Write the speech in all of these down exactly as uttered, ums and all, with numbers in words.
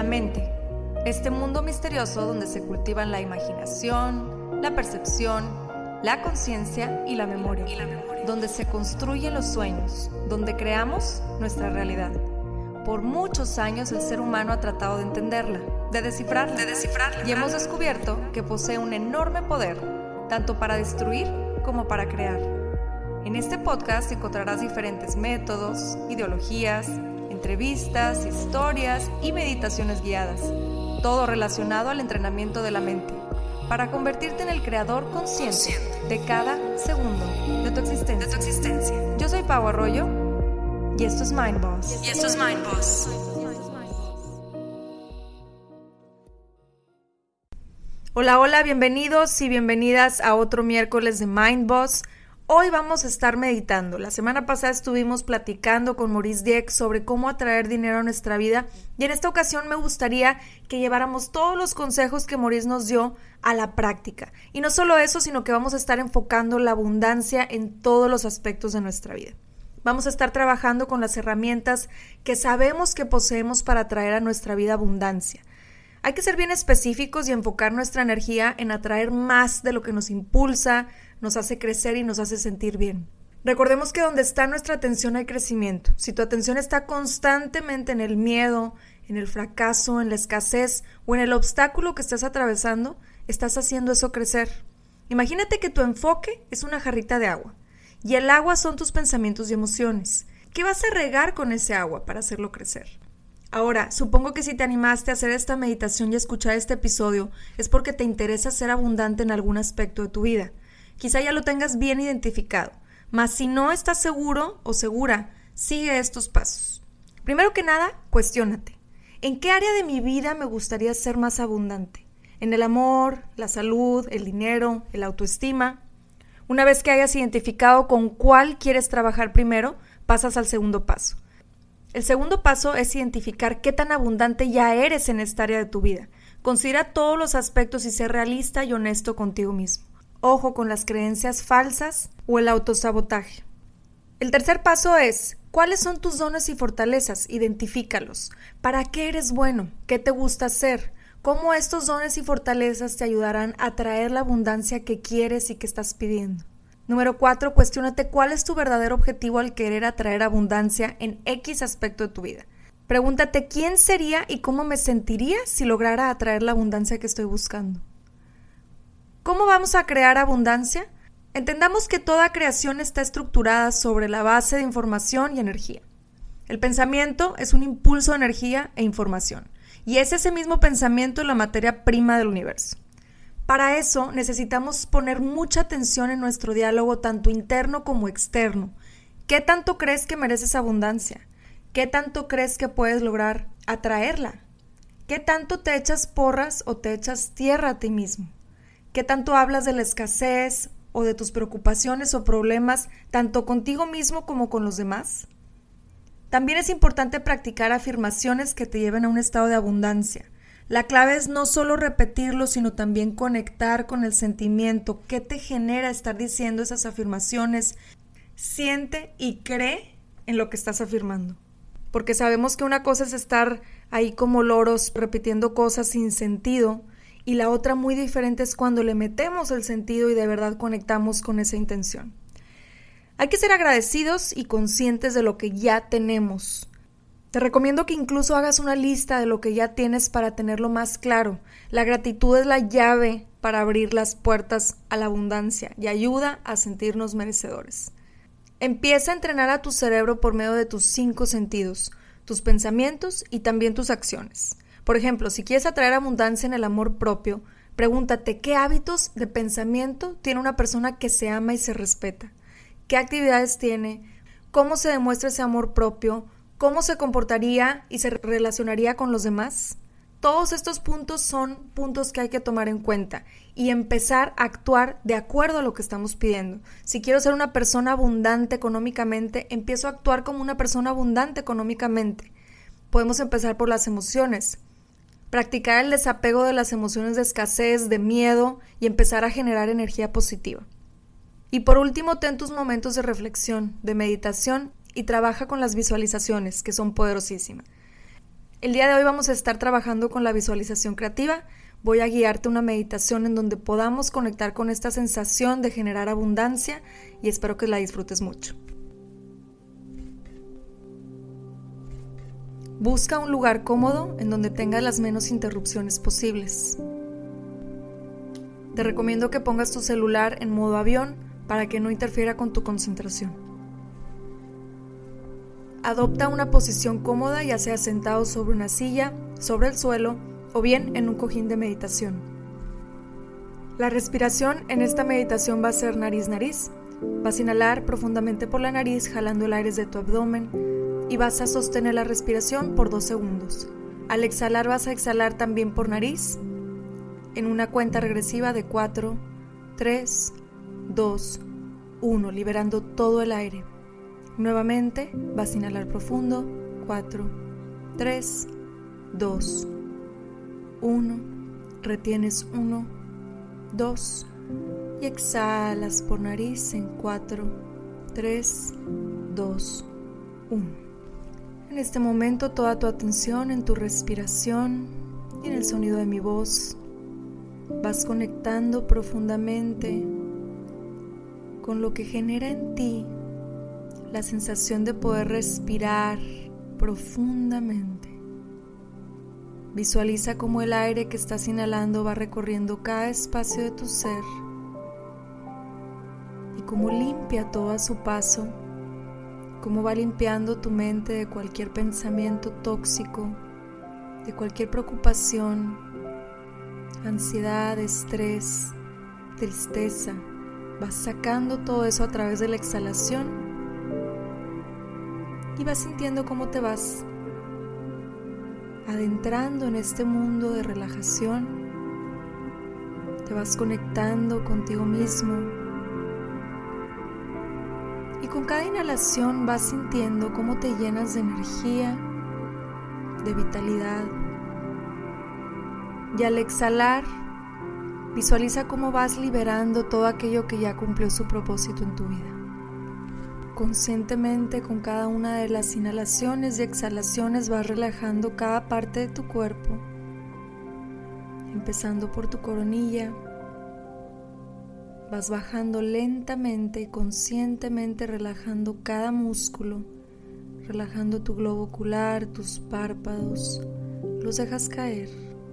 mente, este mundo misterioso donde se cultivan la imaginación, la percepción, la conciencia y la memoria, y la memoria, donde se construyen los sueños, donde creamos nuestra realidad. Por muchos años el ser humano ha tratado de entenderla, de descifrarla, de descifrarla y hemos descubierto que posee un enorme poder, tanto para destruir como para crear. En este podcast encontrarás diferentes métodos, ideologías, entrevistas, historias y meditaciones guiadas, todo relacionado al entrenamiento de la mente, para convertirte en el creador consciente de cada segundo de tu existencia. De tu existencia. Yo soy Pau Arroyo y esto es Mind Boss. Y esto es Mind Boss. Hola, hola, bienvenidos y bienvenidas a otro miércoles de Mind Boss. Hoy vamos a estar meditando. La semana pasada estuvimos platicando con Maurice Dieck sobre cómo atraer dinero a nuestra vida y en esta ocasión me gustaría que lleváramos todos los consejos que Maurice nos dio a la práctica. Y no solo eso, sino que vamos a estar enfocando la abundancia en todos los aspectos de nuestra vida. Vamos a estar trabajando con las herramientas que sabemos que poseemos para atraer a nuestra vida abundancia. Hay que ser bien específicos y enfocar nuestra energía en atraer más de lo que nos impulsa, nos hace crecer y nos hace sentir bien. Recordemos que donde está nuestra atención hay crecimiento. Si tu atención está constantemente en el miedo, en el fracaso, en la escasez o en el obstáculo que estás atravesando, estás haciendo eso crecer. Imagínate que tu enfoque es una jarrita de agua y el agua son tus pensamientos y emociones. ¿Qué vas a regar con ese agua para hacerlo crecer? Ahora, supongo que si te animaste a hacer esta meditación y a escuchar este episodio es porque te interesa ser abundante en algún aspecto de tu vida. Quizá ya lo tengas bien identificado, mas si no estás seguro o segura, sigue estos pasos. Primero que nada, cuestiónate. ¿En qué área de mi vida me gustaría ser más abundante? ¿En el amor, la salud, el dinero, el autoestima? Una vez que hayas identificado con cuál quieres trabajar primero, pasas al segundo paso. El segundo paso es identificar qué tan abundante ya eres en esta área de tu vida. Considera todos los aspectos y sé realista y honesto contigo mismo. Ojo con las creencias falsas o el autosabotaje. El tercer paso es, ¿cuáles son tus dones y fortalezas? Identifícalos. ¿Para qué eres bueno? ¿Qué te gusta hacer? ¿Cómo estos dones y fortalezas te ayudarán a traer la abundancia que quieres y que estás pidiendo? Número cuatro, cuestiónate cuál es tu verdadero objetivo al querer atraer abundancia en X aspecto de tu vida. Pregúntate quién sería y cómo me sentiría si lograra atraer la abundancia que estoy buscando. ¿Cómo vamos a crear abundancia? Entendamos que toda creación está estructurada sobre la base de información y energía. El pensamiento es un impulso de energía e información, y es ese mismo pensamiento la materia prima del universo. Para eso necesitamos poner mucha atención en nuestro diálogo tanto interno como externo. ¿Qué tanto crees que mereces abundancia? ¿Qué tanto crees que puedes lograr atraerla? ¿Qué tanto te echas porras o te echas tierra a ti mismo? ¿Qué tanto hablas de la escasez o de tus preocupaciones o problemas tanto contigo mismo como con los demás? También es importante practicar afirmaciones que te lleven a un estado de abundancia. La clave es no solo repetirlo, sino también conectar con el sentimiento. ¿Qué te genera estar diciendo esas afirmaciones? Siente y cree en lo que estás afirmando. Porque sabemos que una cosa es estar ahí como loros repitiendo cosas sin sentido y la otra muy diferente es cuando le metemos el sentido y de verdad conectamos con esa intención. Hay que ser agradecidos y conscientes de lo que ya tenemos. Te recomiendo que incluso hagas una lista de lo que ya tienes para tenerlo más claro. La gratitud es la llave para abrir las puertas a la abundancia y ayuda a sentirnos merecedores. Empieza a entrenar a tu cerebro por medio de tus cinco sentidos, tus pensamientos y también tus acciones. Por ejemplo, si quieres atraer abundancia en el amor propio, pregúntate qué hábitos de pensamiento tiene una persona que se ama y se respeta. ¿Qué actividades tiene? ¿Cómo se demuestra ese amor propio? ¿Cómo se comportaría y se relacionaría con los demás? Todos estos puntos son puntos que hay que tomar en cuenta y empezar a actuar de acuerdo a lo que estamos pidiendo. Si quiero ser una persona abundante económicamente, empiezo a actuar como una persona abundante económicamente. Podemos empezar por las emociones. Practicar el desapego de las emociones de escasez, de miedo y empezar a generar energía positiva. Y por último, ten tus momentos de reflexión, de meditación y trabaja con las visualizaciones, que son poderosísimas. El día de hoy vamos a estar trabajando con la visualización creativa. Voy a guiarte una meditación en donde podamos conectar con esta sensación de generar abundancia y espero que la disfrutes mucho. Busca un lugar cómodo en donde tengas las menos interrupciones posibles. Te recomiendo que pongas tu celular en modo avión para que no interfiera con tu concentración. Adopta una posición cómoda, ya sea sentado sobre una silla, sobre el suelo o bien en un cojín de meditación. La respiración en esta meditación va a ser nariz-nariz. Vas a inhalar profundamente por la nariz, jalando el aire de tu abdomen y vas a sostener la respiración por dos segundos. Al exhalar vas a exhalar también por nariz en una cuenta regresiva de cuatro, tres, dos, uno, liberando todo el aire. Nuevamente vas a inhalar profundo, cuatro, tres, dos, uno, retienes uno, dos y exhalas por nariz en cuatro, tres, dos, uno. En este momento toda tu atención en tu respiración y en el sonido de mi voz. Vas conectando profundamente con lo que genera en ti la sensación de poder respirar profundamente. Visualiza cómo el aire que estás inhalando va recorriendo cada espacio de tu ser y cómo limpia todo a su paso. Cómo va limpiando tu mente de cualquier pensamiento tóxico, de cualquier preocupación, ansiedad, estrés, tristeza. Vas sacando todo eso a través de la exhalación y vas sintiendo cómo te vas adentrando en este mundo de relajación. Te vas conectando contigo mismo. Y con cada inhalación vas sintiendo cómo te llenas de energía, de vitalidad. Y al exhalar, visualiza cómo vas liberando todo aquello que ya cumplió su propósito en tu vida. Conscientemente, con cada una de las inhalaciones y exhalaciones, vas relajando cada parte de tu cuerpo, empezando por tu coronilla. Vas bajando lentamente y conscientemente, relajando cada músculo, relajando tu globo ocular, tus párpados, los dejas caer.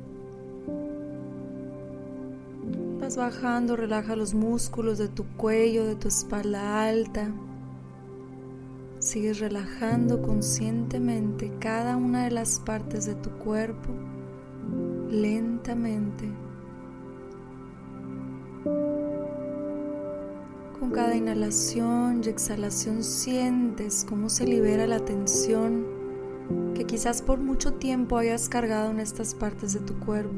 Vas bajando, relaja los músculos de tu cuello, de tu espalda alta. Sigues relajando conscientemente cada una de las partes de tu cuerpo, lentamente. Con cada inhalación y exhalación sientes cómo se libera la tensión que quizás por mucho tiempo hayas cargado en estas partes de tu cuerpo.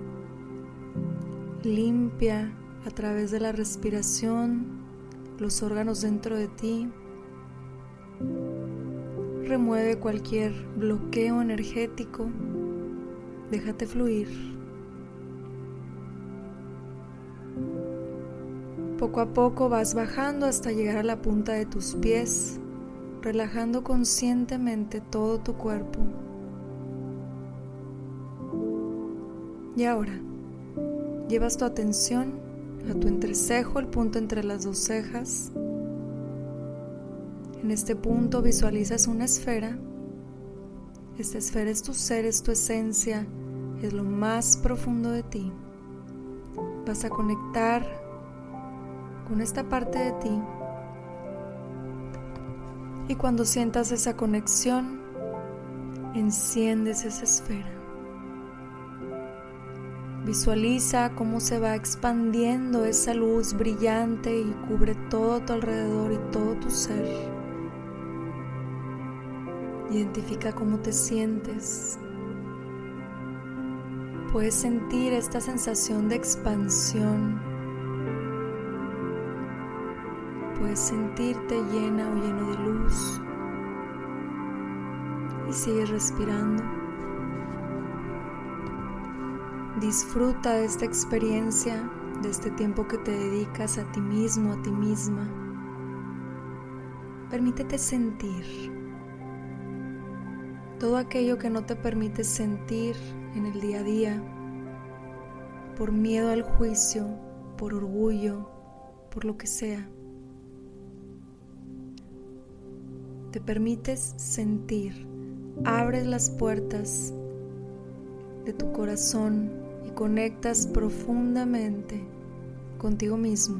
Limpia a través de la respiración los órganos dentro de ti. Remueve cualquier bloqueo energético. Déjate fluir. Poco a poco vas bajando hasta llegar a la punta de tus pies, relajando conscientemente todo tu cuerpo. Y ahora, llevas tu atención a tu entrecejo, el punto entre las dos cejas. En este punto visualizas una esfera. Esta esfera es tu ser, es tu esencia, es lo más profundo de ti. Vas a conectar con esta parte de ti y cuando sientas esa conexión, enciendes esa esfera. Visualiza cómo se va expandiendo esa luz brillante y cubre todo tu alrededor y todo tu ser. Identifica cómo te sientes. Puedes sentir esta sensación de expansión. Puedes sentirte llena o lleno de luz y sigues respirando. Disfruta de esta experiencia, de este tiempo que te dedicas a ti mismo, a ti misma. Permítete sentir todo aquello que no te permite sentir en el día a día, por miedo al juicio, por orgullo, por lo que sea. Te permites sentir, abres las puertas de tu corazón y conectas profundamente contigo mismo.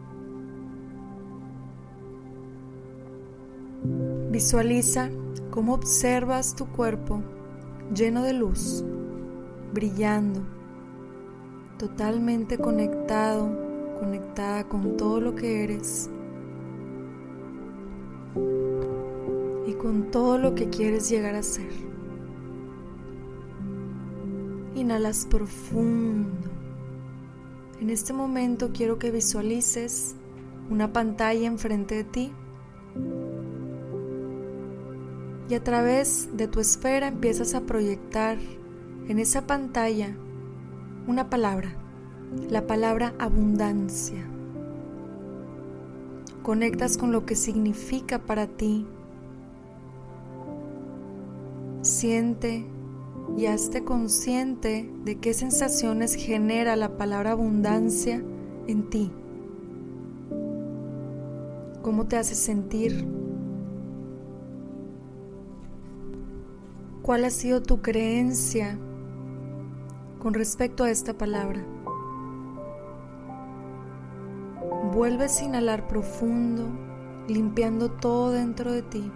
Visualiza cómo observas tu cuerpo lleno de luz, brillando, totalmente conectado, conectada con todo lo que eres y con todo lo que quieres llegar a ser. Inhalas profundo. En este momento quiero que visualices una pantalla enfrente de ti y a través de tu esfera empiezas a proyectar en esa pantalla una palabra, la palabra abundancia. Conectas con lo que significa para ti. Siente y hazte consciente de qué sensaciones genera la palabra abundancia en ti. ¿Cómo te hace sentir? ¿Cuál ha sido tu creencia con respecto a esta palabra? Vuelves a inhalar profundo, limpiando todo dentro de ti.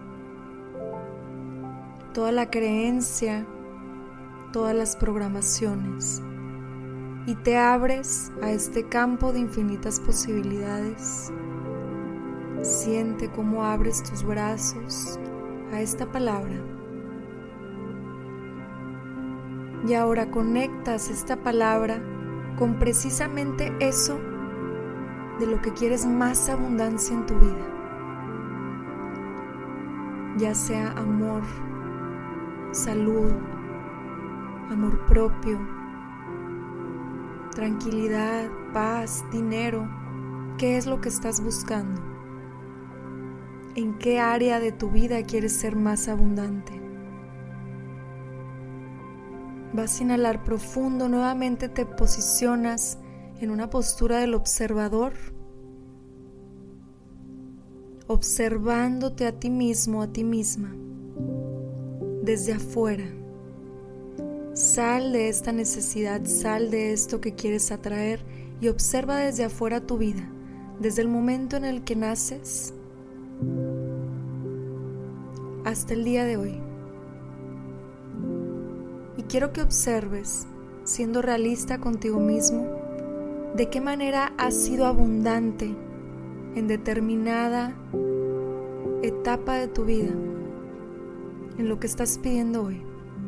Toda la creencia, todas las programaciones. Y te abres a este campo de infinitas posibilidades. Siente cómo abres tus brazos a esta palabra. Y ahora conectas esta palabra con precisamente eso de lo que quieres más abundancia en tu vida. Ya sea amor, salud, amor propio, tranquilidad, paz, dinero. ¿Qué es lo que estás buscando? ¿En qué área de tu vida quieres ser más abundante? Vas a inhalar profundo, nuevamente te posicionas en una postura del observador, observándote a ti mismo, a ti misma, desde afuera. Sal de esta necesidad, sal de esto que quieres atraer y observa desde afuera tu vida, desde el momento en el que naces hasta el día de hoy. Y quiero que observes, siendo realista contigo mismo, de qué manera has sido abundante en determinada etapa de tu vida, en lo que estás pidiendo hoy.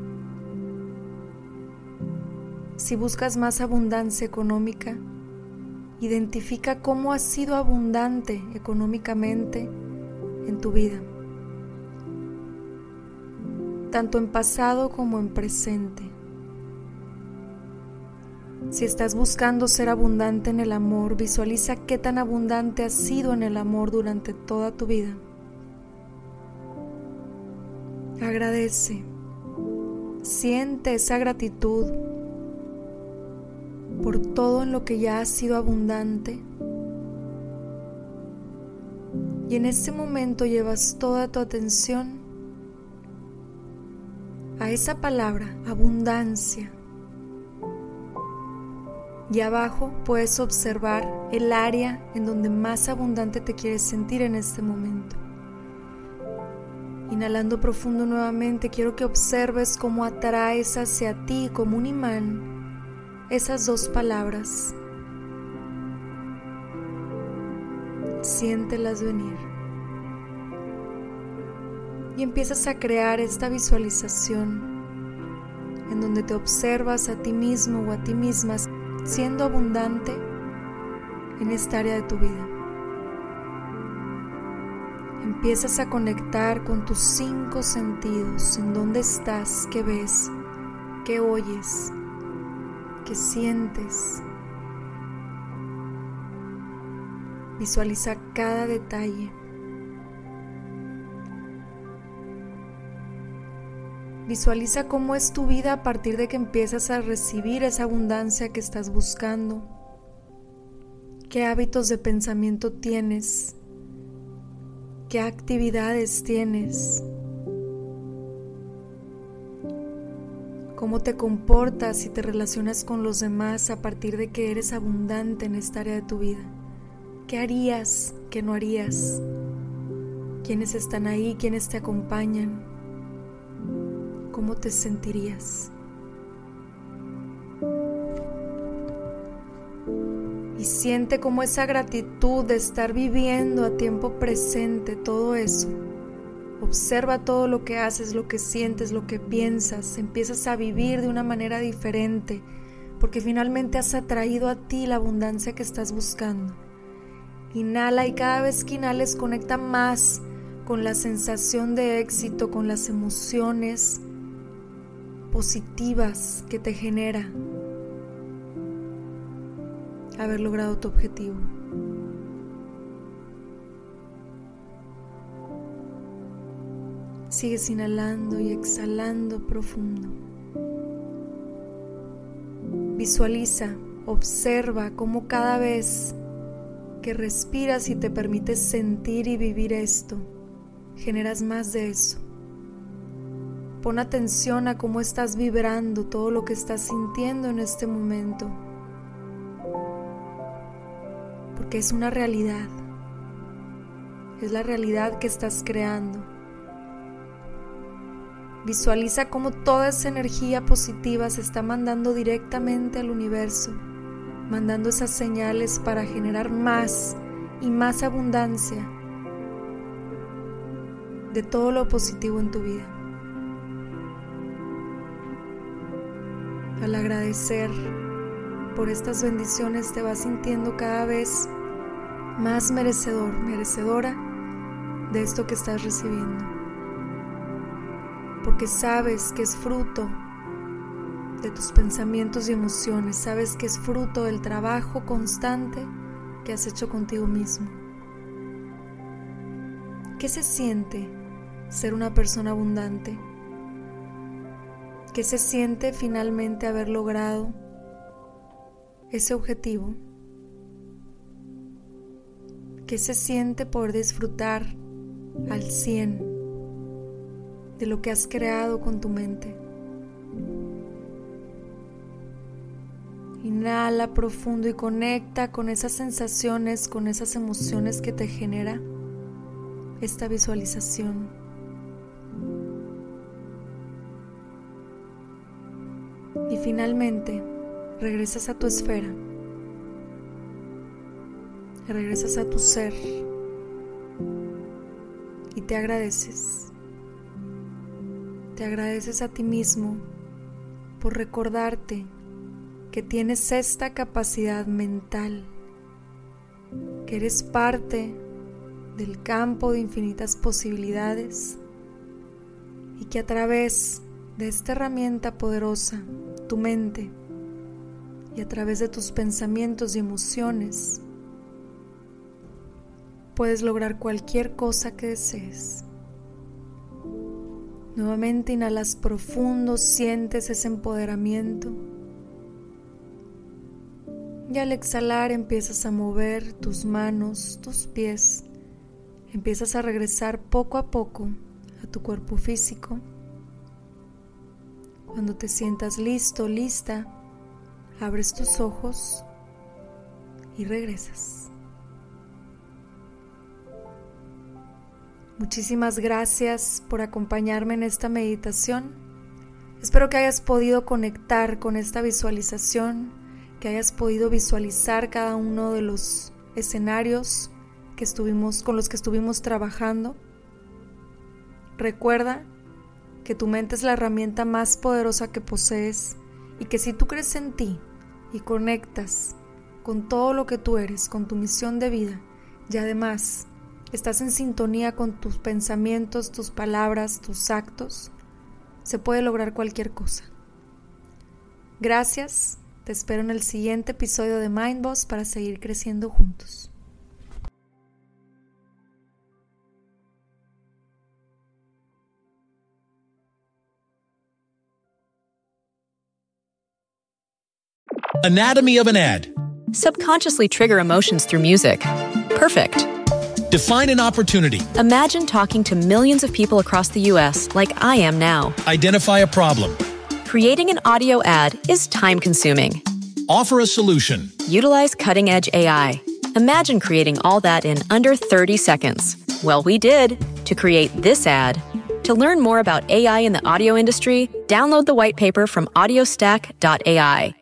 Si buscas más abundancia económica, identifica cómo has sido abundante económicamente en tu vida, tanto en pasado como en presente. Si estás buscando ser abundante en el amor, visualiza qué tan abundante has sido en el amor durante toda tu vida. Agradece, siente esa gratitud por todo en lo que ya has sido abundante. Y en este momento llevas toda tu atención a esa palabra, abundancia. Y abajo puedes observar el área en donde más abundante te quieres sentir en este momento. Inhalando profundo nuevamente, quiero que observes cómo atraes hacia ti como un imán esas dos palabras. Siéntelas venir. Y empiezas a crear esta visualización en donde te observas a ti mismo o a ti misma siendo abundante en esta área de tu vida. Empiezas a conectar con tus cinco sentidos, en dónde estás, qué ves, qué oyes, qué sientes. Visualiza cada detalle. Visualiza cómo es tu vida a partir de que empiezas a recibir esa abundancia que estás buscando. ¿Qué hábitos de pensamiento tienes? ¿Qué actividades tienes? ¿Cómo te comportas y te relacionas con los demás a partir de que eres abundante en esta área de tu vida? ¿Qué harías? ¿Qué no harías? ¿Quiénes están ahí? ¿Quiénes te acompañan? ¿Cómo te sentirías? Y siente como esa gratitud de estar viviendo a tiempo presente todo eso. Observa todo lo que haces, lo que sientes, lo que piensas. Empiezas a vivir de una manera diferente, porque finalmente has atraído a ti la abundancia que estás buscando. Inhala y cada vez que inhales conecta más con la sensación de éxito, con las emociones positivas que te genera haber logrado tu objetivo. Sigues inhalando y exhalando profundo. Visualiza, observa cómo cada vez que respiras y te permites sentir y vivir esto, generas más de eso. Pon atención a cómo estás vibrando todo lo que estás sintiendo en este momento, porque es una realidad, es la realidad que estás creando. Visualiza cómo toda esa energía positiva se está mandando directamente al universo, mandando esas señales para generar más y más abundancia de todo lo positivo en tu vida. Al agradecer por estas bendiciones te vas sintiendo cada vez más merecedor, merecedora de esto que estás recibiendo, porque sabes que es fruto de tus pensamientos y emociones, sabes que es fruto del trabajo constante que has hecho contigo mismo. ¿Qué se siente ser una persona abundante? ¿Qué se siente finalmente haber logrado ese objetivo? ¿Qué se siente poder disfrutar al cien de lo que has creado con tu mente? Inhala profundo y conecta con esas sensaciones, con esas emociones que te genera esta visualización. Y finalmente regresas a tu esfera, regresas a tu ser y te agradeces. Te agradeces a ti mismo por recordarte que tienes esta capacidad mental, que eres parte del campo de infinitas posibilidades y que a través de esta herramienta poderosa, tu mente, y a través de tus pensamientos y emociones, puedes lograr cualquier cosa que desees. Nuevamente inhalas profundo, sientes ese empoderamiento. Y al exhalar empiezas a mover tus manos, tus pies. Empiezas a regresar poco a poco a tu cuerpo físico. Cuando te sientas listo, lista, abres tus ojos y regresas. Muchísimas gracias por acompañarme en esta meditación. Espero que hayas podido conectar con esta visualización, que hayas podido visualizar cada uno de los escenarios que estuvimos, con los que estuvimos trabajando. Recuerda que tu mente es la herramienta más poderosa que posees y que si tú crees en ti y conectas con todo lo que tú eres, con tu misión de vida y además estás en sintonía con tus pensamientos, tus palabras, tus actos, se puede lograr cualquier cosa. Gracias, te espero en el siguiente episodio de Mindboss para seguir creciendo juntos. Anatomy of an ad. Subconsciously trigger emotions through music. Perfect. Define an opportunity. Imagine talking to millions of people across the U S like I am now. Identify a problem. Creating an audio ad is time-consuming. Offer a solution. Utilize cutting-edge A I. Imagine creating all that in under thirty seconds. Well, we did to create this ad. To learn more about A I in the audio industry, download the white paper from audiostack dot A I.